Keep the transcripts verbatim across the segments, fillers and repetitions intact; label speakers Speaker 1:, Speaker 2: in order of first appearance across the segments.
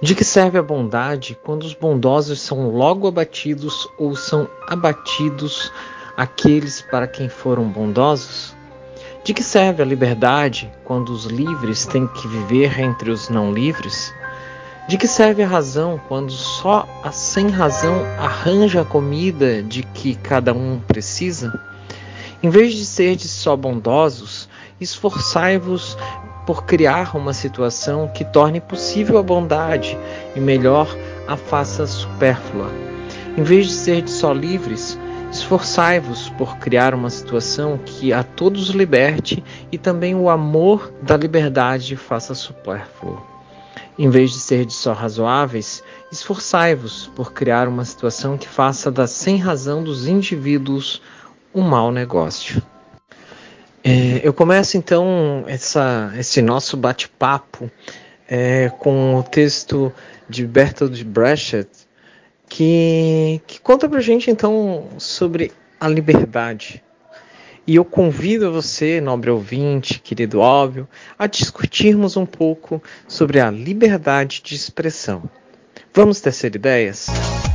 Speaker 1: De que serve a bondade quando os bondosos são logo abatidos ou são abatidos aqueles para quem foram bondosos? De que serve a liberdade quando os livres têm que viver entre os não livres? De que serve a razão quando só a sem razão arranja a comida de que cada um precisa? Em vez de serdes só bondosos, esforçai-vos por criar uma situação que torne possível a bondade e melhor a faça supérflua. Em vez de serdes só livres, esforçai-vos por criar uma situação que a todos liberte e também o amor da liberdade faça supérfluo. Em vez de serdes só razoáveis, esforçai-vos por criar uma situação que faça da sem-razão dos indivíduos um mau negócio. É, eu começo então essa, esse nosso bate-papo é, com o texto de Bertolt Brecht, que, que conta pra gente então sobre a liberdade. E eu convido você, nobre ouvinte, querido óbvio, a discutirmos um pouco sobre a liberdade de expressão. Vamos tecer ideias?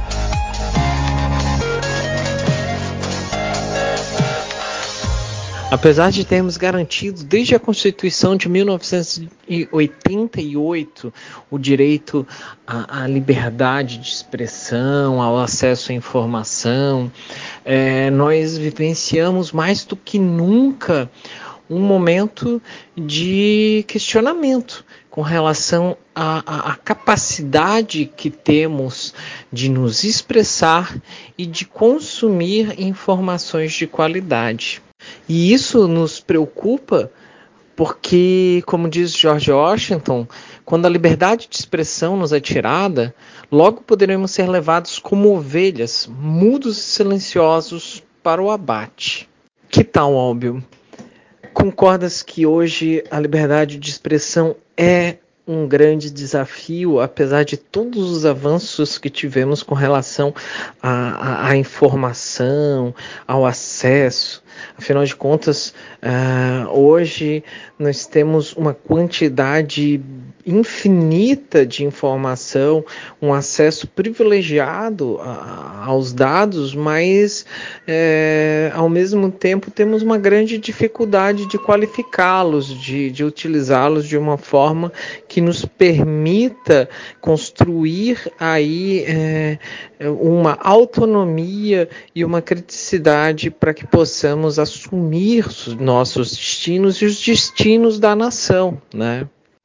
Speaker 1: Apesar de termos garantido desde a Constituição de mil novecentos e oitenta e oito o direito à, à liberdade de expressão, ao acesso à informação, é, nós vivenciamos mais do que nunca um momento de questionamento com relação à, à, à capacidade que temos de nos expressar e de consumir informações de qualidade. E isso nos preocupa porque, como diz George Washington, quando a liberdade de expressão nos é tirada, logo poderemos ser levados como ovelhas, mudos e silenciosos para o abate. Que tal, Óbvio? Concordas que hoje a liberdade de expressão é um grande desafio, apesar de todos os avanços que tivemos com relação à, à, à informação, ao acesso? Afinal de contas, uh, hoje nós temos uma quantidade infinita de informação, um acesso privilegiado a, aos dados, mas é, ao mesmo tempo temos uma grande dificuldade de qualificá-los, de, de utilizá-los de uma forma que nos permita construir aí é, uma autonomia e uma criticidade para que possamos assumir nossos destinos e os destinos da nação, né?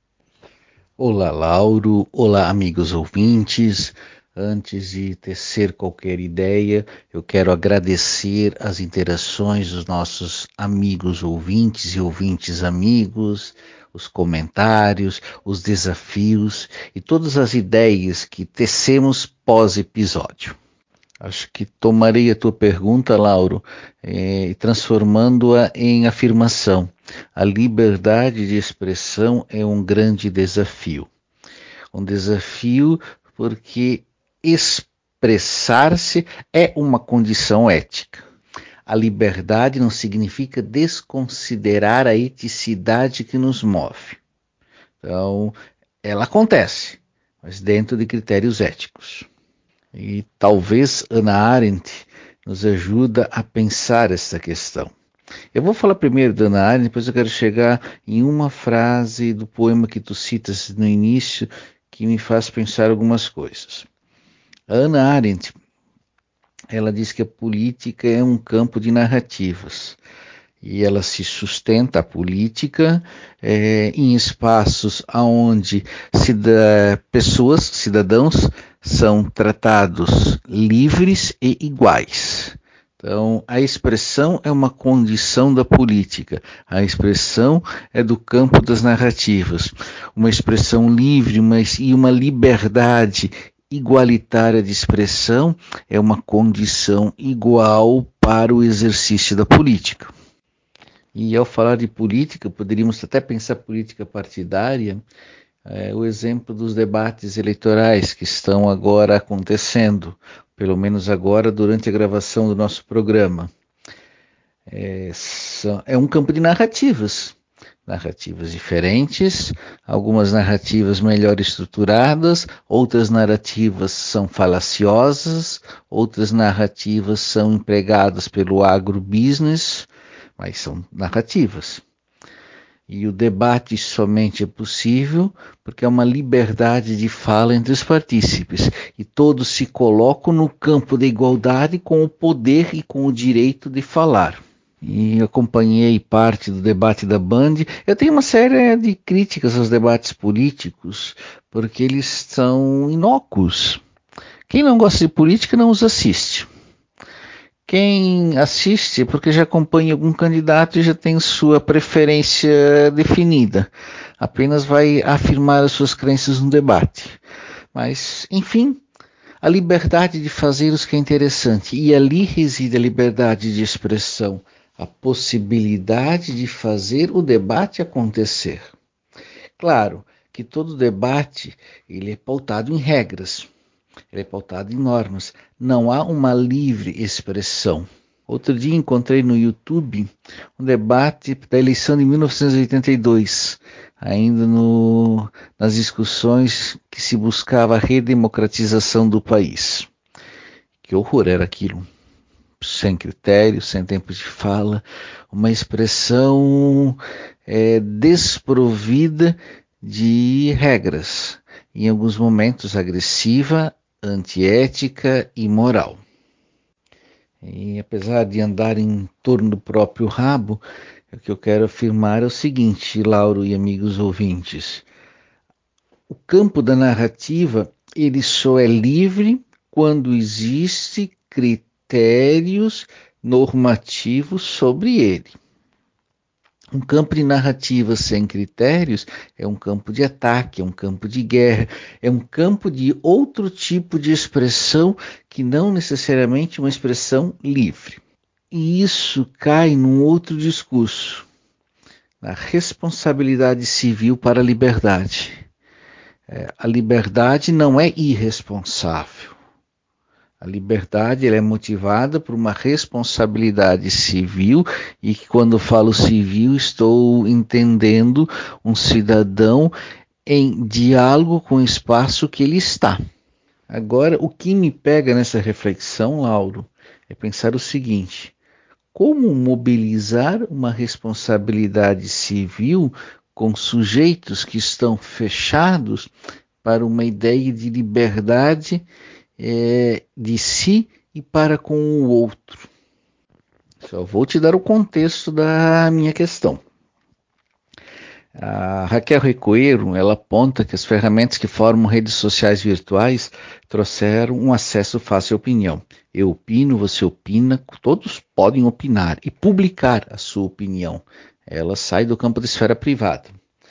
Speaker 2: Olá, Lauro. Olá, amigos ouvintes. Antes de tecer qualquer ideia, eu quero agradecer as interações dos nossos amigos ouvintes e ouvintes amigos, os comentários, os desafios e todas as ideias que tecemos pós-episódio. Acho que tomarei a tua pergunta, Lauro, eh, transformando-a em afirmação. A liberdade de expressão é um grande desafio. Um desafio porque expressar-se é uma condição ética. A liberdade não significa desconsiderar a eticidade que nos move. Então, ela acontece, mas dentro de critérios éticos. E talvez Hannah Arendt nos ajuda a pensar essa questão. Eu vou falar primeiro da Hannah Arendt, depois eu quero chegar em uma frase do poema que tu citas no início, que me faz pensar algumas coisas. A Hannah Arendt, ela diz que a política é um campo de narrativas. E ela se sustenta a política é, em espaços onde cida, pessoas, cidadãos, são tratados livres e iguais. Então, a expressão é uma condição da política, a expressão é do campo das narrativas. Uma expressão livre uma, e uma liberdade igualitária de expressão é uma condição igual para o exercício da política. E ao falar de política, poderíamos até pensar política partidária, é, o exemplo dos debates eleitorais que estão agora acontecendo, pelo menos agora durante a gravação do nosso programa. É, é um campo de narrativas. narrativas diferentes, algumas narrativas melhor estruturadas, outras narrativas são falaciosas, outras narrativas são empregadas pelo agrobusiness, mas são narrativas. E o debate somente é possível porque é uma liberdade de fala entre os partícipes e todos se colocam no campo da igualdade com o poder e com o direito de falar. E acompanhei parte do debate da Band. Eu tenho uma série de críticas aos debates políticos porque eles são inócuos. Quem não gosta de política não os assiste. Quem assiste é porque já acompanha algum candidato e já tem sua preferência definida. Apenas vai afirmar as suas crenças no debate. Mas, enfim, a liberdade de fazer o que é interessante. E ali reside a liberdade de expressão. A possibilidade de fazer o debate acontecer. Claro que todo debate ele é pautado em regras. Ele é pautado em normas. Não há uma livre expressão. Outro dia encontrei no YouTube um debate da eleição de mil novecentos e oitenta e dois, ainda no, nas discussões que se buscava a redemocratização do país. Que horror era aquilo. Sem critério, sem tempo de fala, uma expressão é, desprovida de regras, em alguns momentos agressiva, antiética e moral. E apesar de andar em torno do próprio rabo, o que eu quero afirmar é o seguinte, Lauro e amigos ouvintes. O campo da narrativa, ele só é livre quando existe critérios normativos sobre ele. Um campo de narrativa sem critérios é um campo de ataque, é um campo de guerra, é um campo de outro tipo de expressão que não necessariamente uma expressão livre. E isso cai num outro discurso, na responsabilidade civil para a liberdade. É, a liberdade não é irresponsável. A liberdade ela é motivada por uma responsabilidade civil e que quando falo civil estou entendendo um cidadão em diálogo com o espaço que ele está. Agora, o que me pega nessa reflexão, Lauro, é pensar o seguinte: como mobilizar uma responsabilidade civil com sujeitos que estão fechados para uma ideia de liberdade É, de si e para com o outro. Só vou te dar o contexto da minha questão. A Raquel Recoeiro, ela aponta que as ferramentas que formam redes sociais virtuais trouxeram um acesso fácil à opinião. Eu opino, você opina, todos podem opinar e publicar a sua opinião. Ela sai do campo da esfera privada.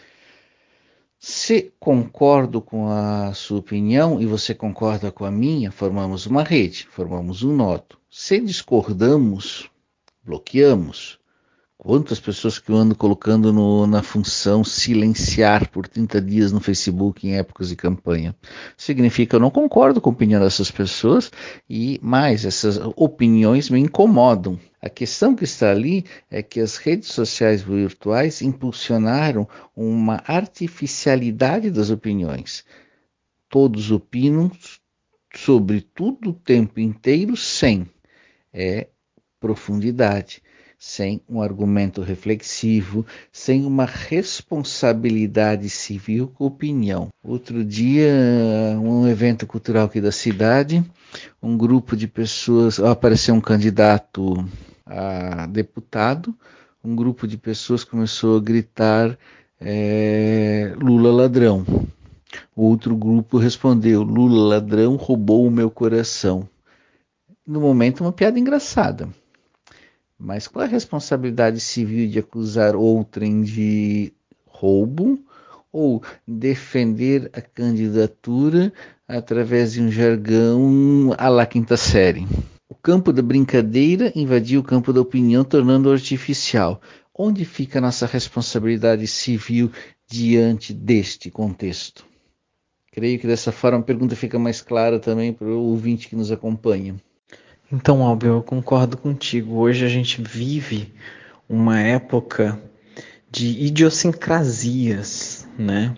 Speaker 2: Se concordo com a sua opinião e você concorda com a minha, formamos uma rede, formamos um nodo. Se discordamos, bloqueamos. Quantas pessoas que eu ando colocando no, na função silenciar por trinta dias no Facebook em épocas de campanha? Significa que eu não concordo com a opinião dessas pessoas e mais, essas opiniões me incomodam. A questão que está ali é que as redes sociais virtuais impulsionaram uma artificialidade das opiniões. Todos opinam sobre tudo o tempo inteiro sem é, profundidade, sem um argumento reflexivo, sem uma responsabilidade civil com opinião. Outro dia, um evento cultural aqui da cidade, um grupo de pessoas, apareceu um candidato a deputado, um grupo de pessoas começou a gritar é, Lula ladrão. O outro grupo respondeu, Lula ladrão roubou o meu coração. No momento, uma piada engraçada. Mas qual é a responsabilidade civil de acusar outrem de roubo ou defender a candidatura através de um jargão à la quinta série? O campo da brincadeira invadiu o campo da opinião, tornando-o artificial. Onde fica a nossa responsabilidade civil diante deste contexto? Creio que dessa forma a pergunta fica mais clara também para o ouvinte que nos acompanha.
Speaker 1: Então, Albert, eu concordo contigo. Hoje a gente vive uma época de idiosincrasias, né?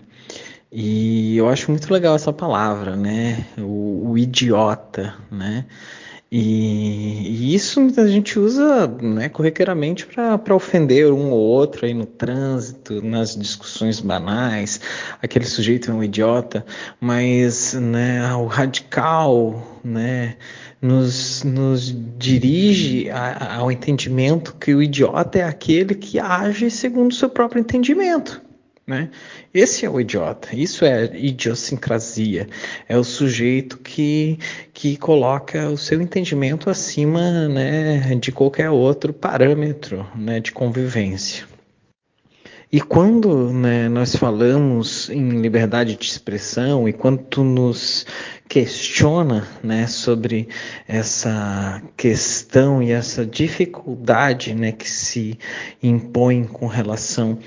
Speaker 1: E eu acho muito legal essa palavra, né? O, o idiota, né? E, e isso a gente usa, né, corriqueiramente para ofender um ou outro aí no trânsito, nas discussões banais. Aquele sujeito é um idiota, mas, né, o radical, né, nos, nos dirige a, ao entendimento que o idiota é aquele que age segundo o seu próprio entendimento. Né? Esse é o idiota, isso é idiosincrasia, é o sujeito que, que coloca o seu entendimento acima, né, de qualquer outro parâmetro, né, de convivência. E quando, né, nós falamos em liberdade de expressão e quando tu nos questiona, né, sobre essa questão e essa dificuldade, né, que se impõe com relação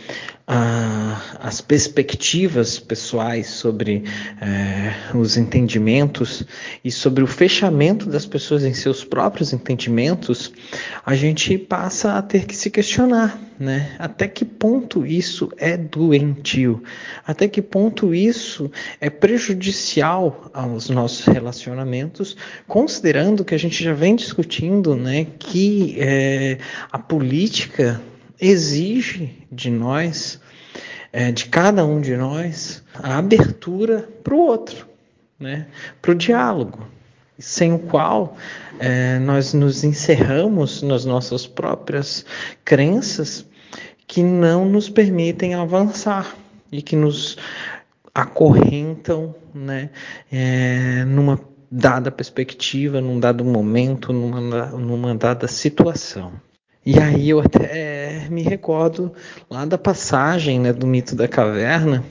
Speaker 1: às perspectivas pessoais sobre é, os entendimentos e sobre o fechamento das pessoas em seus próprios entendimentos, a gente passa a ter que se questionar, né? Até que ponto isso é doentio? Até que ponto isso é prejudicial aos nossos relacionamentos, considerando que a gente já vem discutindo, né, que é, a política exige de nós, é, de cada um de nós, a abertura para o outro, né, para o diálogo, sem o qual é, nós nos encerramos nas nossas próprias crenças que não nos permitem avançar e que nos acorrentam, né, é, numa dada perspectiva, num dado momento, numa, numa dada situação. E aí eu até me recordo lá da passagem, né, do mito da caverna,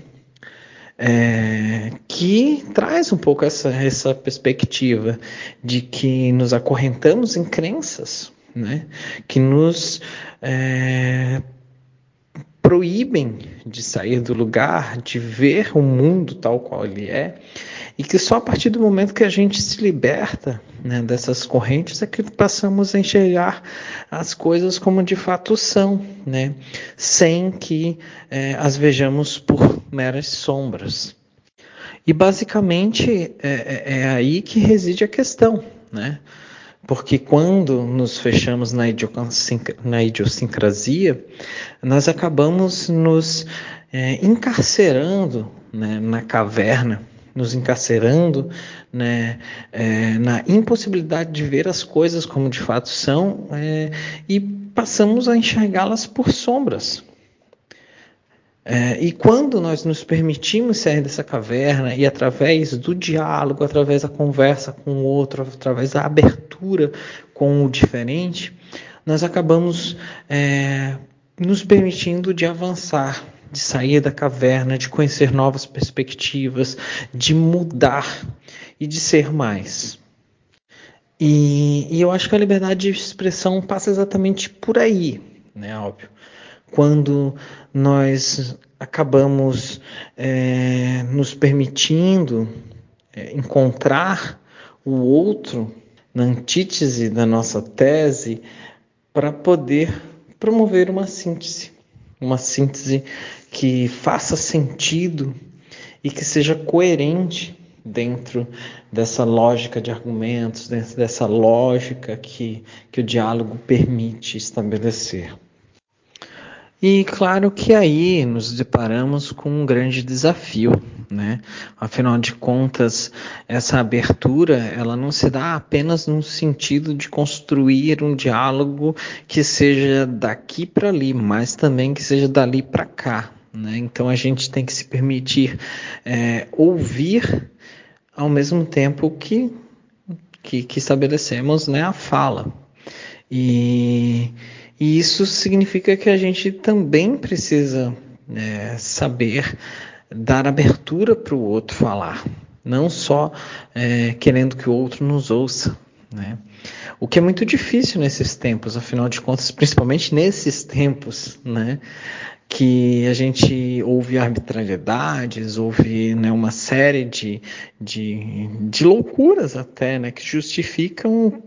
Speaker 1: é, que traz um pouco essa, essa perspectiva de que nos acorrentamos em crenças, né, que nos é, proíbem de sair do lugar, de ver o mundo tal qual ele é, e que só a partir do momento que a gente se liberta, né, dessas correntes é que passamos a enxergar as coisas como de fato são, né, sem que é, as vejamos por meras sombras. E basicamente é, é, é aí que reside a questão, né? Porque quando nos fechamos na, na idiosincrasia, nós acabamos nos é, encarcerando, né, na caverna, nos encarcerando, né, é, na impossibilidade de ver as coisas como de fato são, é, e passamos a enxergá-las por sombras. É, e quando nós nos permitimos sair dessa caverna e através do diálogo, através da conversa com o outro, através da abertura com o diferente, nós acabamos é, nos permitindo de avançar, de sair da caverna, de conhecer novas perspectivas, de mudar e de ser mais. E, e eu acho que a liberdade de expressão passa exatamente por aí, né, óbvio. Quando nós acabamos é, nos permitindo é, encontrar o outro na antítese da nossa tese para poder promover uma síntese, uma síntese que faça sentido e que seja coerente dentro dessa lógica de argumentos, dentro dessa lógica que, que o diálogo permite estabelecer. E claro que aí nos deparamos com um grande desafio, né? Afinal de contas, essa abertura, ela não se dá apenas no sentido de construir um diálogo que seja daqui para ali, mas também que seja dali para cá, né? Então a gente tem que se permitir é, ouvir ao mesmo tempo que, que, que estabelecemos, né, a fala. E, e isso significa que a gente também precisa é, saber dar abertura para o outro falar, não só é, querendo que o outro nos ouça, né? O que é muito difícil nesses tempos, afinal de contas, principalmente nesses tempos, né? Que a gente ouve arbitrariedades, ouve, né, uma série de, de, de loucuras até, né, que justificam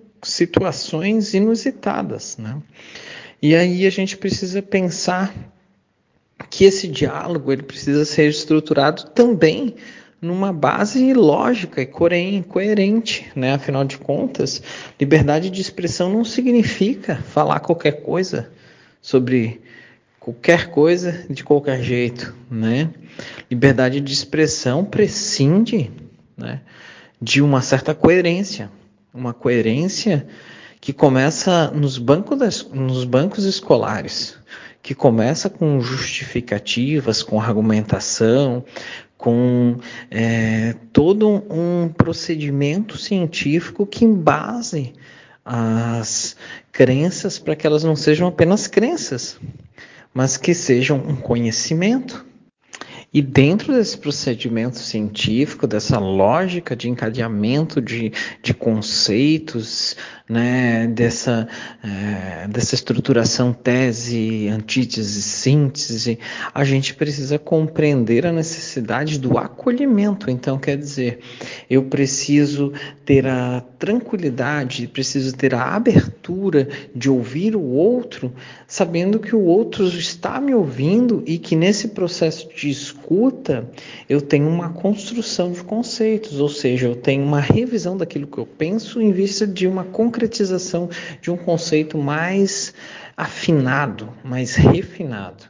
Speaker 1: situações inusitadas, né? E aí a gente precisa pensar que esse diálogo ele precisa ser estruturado também numa base lógica e coerente, né? Afinal de contas, liberdade de expressão não significa falar qualquer coisa sobre qualquer coisa de qualquer jeito, né? Liberdade de expressão prescinde, né, de uma certa coerência, uma coerência que começa nos bancos, das, nos bancos escolares, que começa com justificativas, com argumentação, com é, todo um procedimento científico que embase as crenças para que elas não sejam apenas crenças, mas que sejam um conhecimento. E dentro desse procedimento científico, dessa lógica de encadeamento de, de conceitos, né, dessa, é, dessa estruturação tese, antítese, síntese, a gente precisa compreender a necessidade do acolhimento. Então, quer dizer, eu preciso ter a tranquilidade, preciso ter a abertura de ouvir o outro, sabendo que o outro está me ouvindo e que nesse processo de escuta eu tenho uma construção de conceitos, ou seja, eu tenho uma revisão daquilo que eu penso em vista de uma concretização de um conceito mais afinado, mais refinado.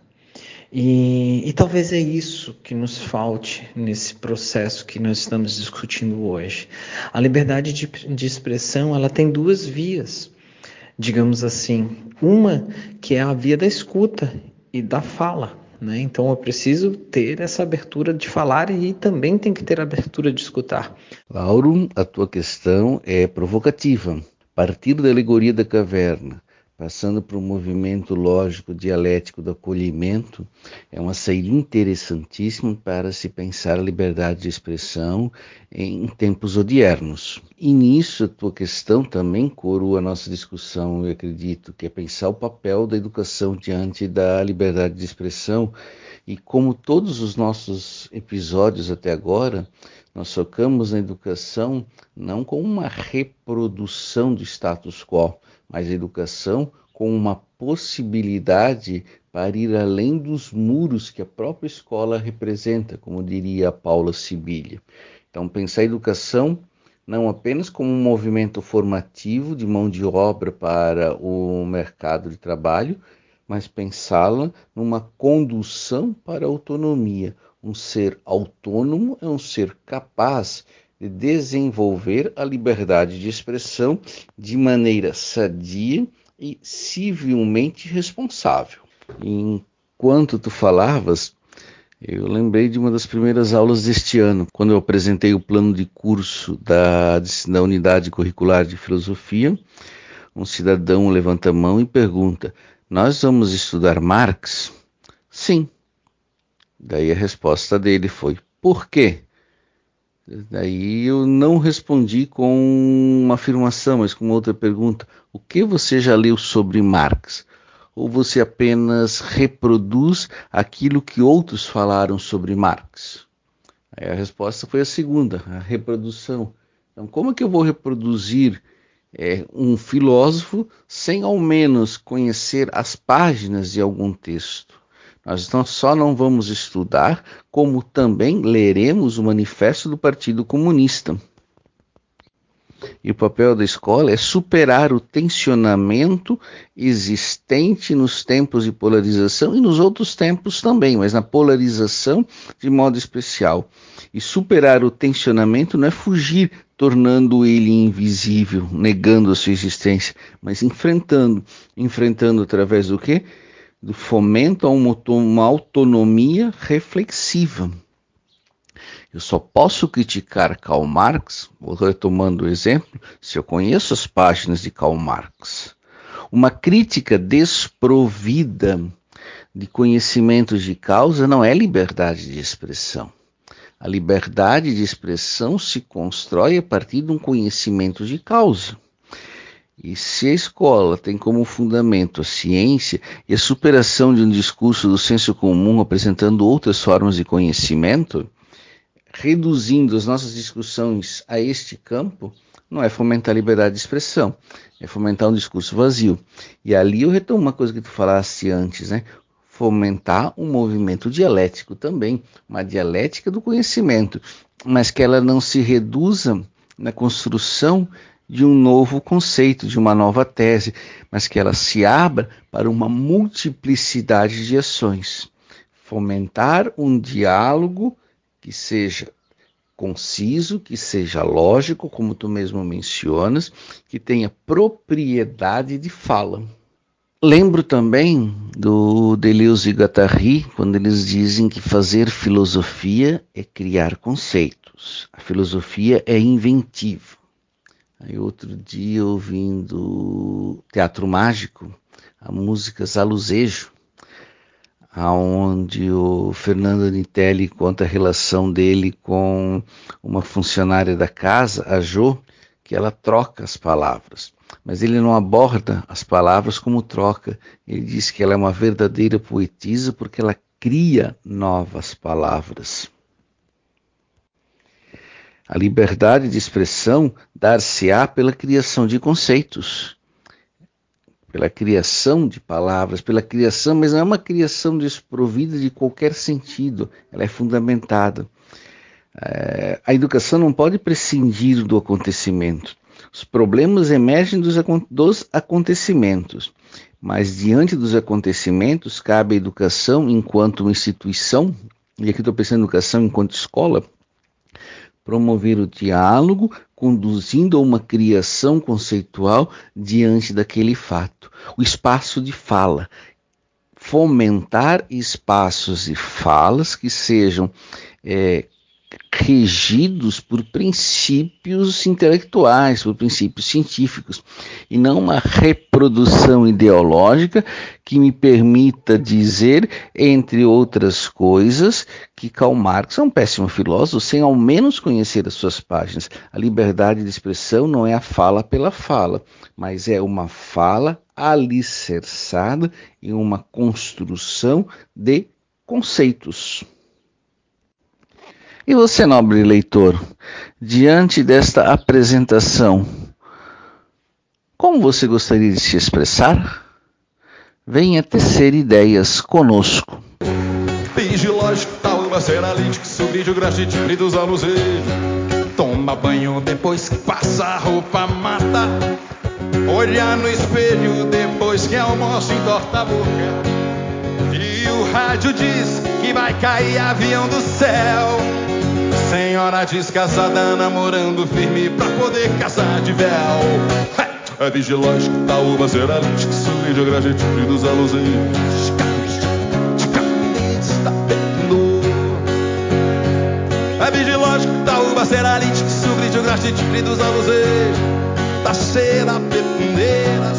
Speaker 1: E, e talvez é isso que nos falte nesse processo que nós estamos discutindo hoje. A liberdade de, de expressão, ela tem duas vias, digamos assim. Uma que é a via da escuta e da fala, né? Então eu preciso ter essa abertura de falar e também tem que ter a abertura de escutar.
Speaker 2: Lauro, a tua questão é provocativa. Partir da alegoria da caverna, passando para o movimento lógico dialético do acolhimento, é uma saída interessantíssima para se pensar a liberdade de expressão em tempos odiernos. E nisso a tua questão também coroa a nossa discussão, eu acredito, que é pensar o papel da educação diante da liberdade de expressão. E como todos os nossos episódios até agora, nós focamos na educação não como uma reprodução do status quo, mas a educação com uma possibilidade para ir além dos muros que a própria escola representa, como diria a Paula Sibilia. Então, pensar a educação não apenas como um movimento formativo de mão de obra para o mercado de trabalho, mas pensá-la numa condução para a autonomia. Um ser autônomo é um ser capaz de desenvolver a liberdade de expressão de maneira sadia e civilmente responsável. Enquanto tu falavas, eu lembrei de uma das primeiras aulas deste ano, quando eu apresentei o plano de curso da, da unidade curricular de filosofia. Um cidadão levanta a mão e pergunta: nós vamos estudar Marx? Sim. Daí a resposta dele foi: por quê? Daí eu não respondi com uma afirmação, mas com outra pergunta: o que você já leu sobre Marx? Ou você apenas reproduz aquilo que outros falaram sobre Marx? Aí a resposta foi a segunda, a reprodução. Então, como é que eu vou reproduzir é, um filósofo sem ao menos conhecer as páginas de algum texto? Nós não, só não vamos estudar, como também leremos o Manifesto do Partido Comunista. E o papel da escola é superar o tensionamento existente nos tempos de polarização e nos outros tempos também, mas na polarização de modo especial. E superar o tensionamento não é fugir, tornando ele invisível, negando a sua existência, mas enfrentando. Enfrentando através do quê? Do fomento a uma autonomia reflexiva. Eu só posso criticar Karl Marx, vou retomando o exemplo, se eu conheço as páginas de Karl Marx. Uma crítica desprovida de conhecimentos de causa não é liberdade de expressão. A liberdade de expressão se constrói a partir de um conhecimento de causa. E se a escola tem como fundamento a ciência e a superação de um discurso do senso comum apresentando outras formas de conhecimento, reduzindo as nossas discussões a este campo, não é fomentar a liberdade de expressão, é fomentar um discurso vazio. E ali eu retomo uma coisa que tu falaste antes, né? fomentar um movimento dialético também, uma dialética do conhecimento, mas que ela não se reduza na construção de um novo conceito, de uma nova tese, mas que ela se abra para uma multiplicidade de ações. Fomentar um diálogo que seja conciso, que seja lógico, como tu mesmo mencionas, que tenha propriedade de fala. Lembro também do Deleuze e Guattari, quando eles dizem que fazer filosofia é criar conceitos. A filosofia é inventiva. Aí outro dia, ouvindo Teatro Mágico, a música Zaluzejo, onde o Fernando Nitelli conta a relação dele com uma funcionária da casa, a Jo, que ela troca as palavras. Mas ele não aborda as palavras como troca. Ele diz que ela é uma verdadeira poetisa porque ela cria novas palavras. A liberdade de expressão dar-se-á pela criação de conceitos, pela criação de palavras, pela criação, mas não é uma criação desprovida de qualquer sentido, ela é fundamentada. É, a educação não pode prescindir do acontecimento. Os problemas emergem dos, dos acontecimentos, mas diante dos acontecimentos cabe à educação enquanto instituição, e aqui estou pensando em educação enquanto escola, promover o diálogo, conduzindo a uma criação conceitual diante daquele fato. O espaço de fala. Fomentar espaços de falas que sejam é, regidos por princípios intelectuais, por princípios científicos, e não uma reprodução ideológica que me permita dizer, entre outras coisas, que Karl Marx é um péssimo filósofo sem ao menos conhecer as suas páginas. A liberdade de expressão não é a fala pela fala, mas é uma fala alicerçada em uma construção de conceitos. E você, nobre leitor, diante desta apresentação, como você gostaria de se expressar? Venha tecer ideias conosco.
Speaker 3: Fisiológico, taúba, seralítico, subídio, grafite, dos aluzeiros. Toma banho, depois passa a roupa, mata. Olhar no espelho, depois que almoça, entorta a boca. E o rádio diz que vai cair avião do céu. Senhora descasada, namorando firme pra poder casar de véu. É vigilógico, taúba, seralítico, subídio, grafite, dos aluzeiros. É vigilógico, taúba, seralítico, sugrite, grafite, dos aluzeiros. Da cera, petundeiras.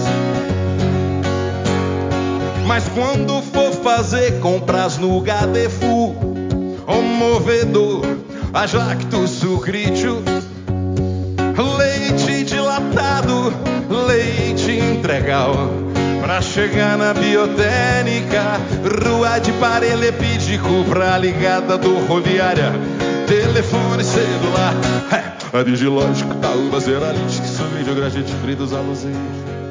Speaker 3: Mas quando for fazer compras no Gadefu, o movedor, a Jacto, sugrítio, leite dilatado, leite integral. Pra chegar na biotécnica, rua de paralelepídico, pra ligada do rodoviária, telefone celular. É, é vigilógico, taúba, seralítico, subídio, grafite, dos aluzeiros.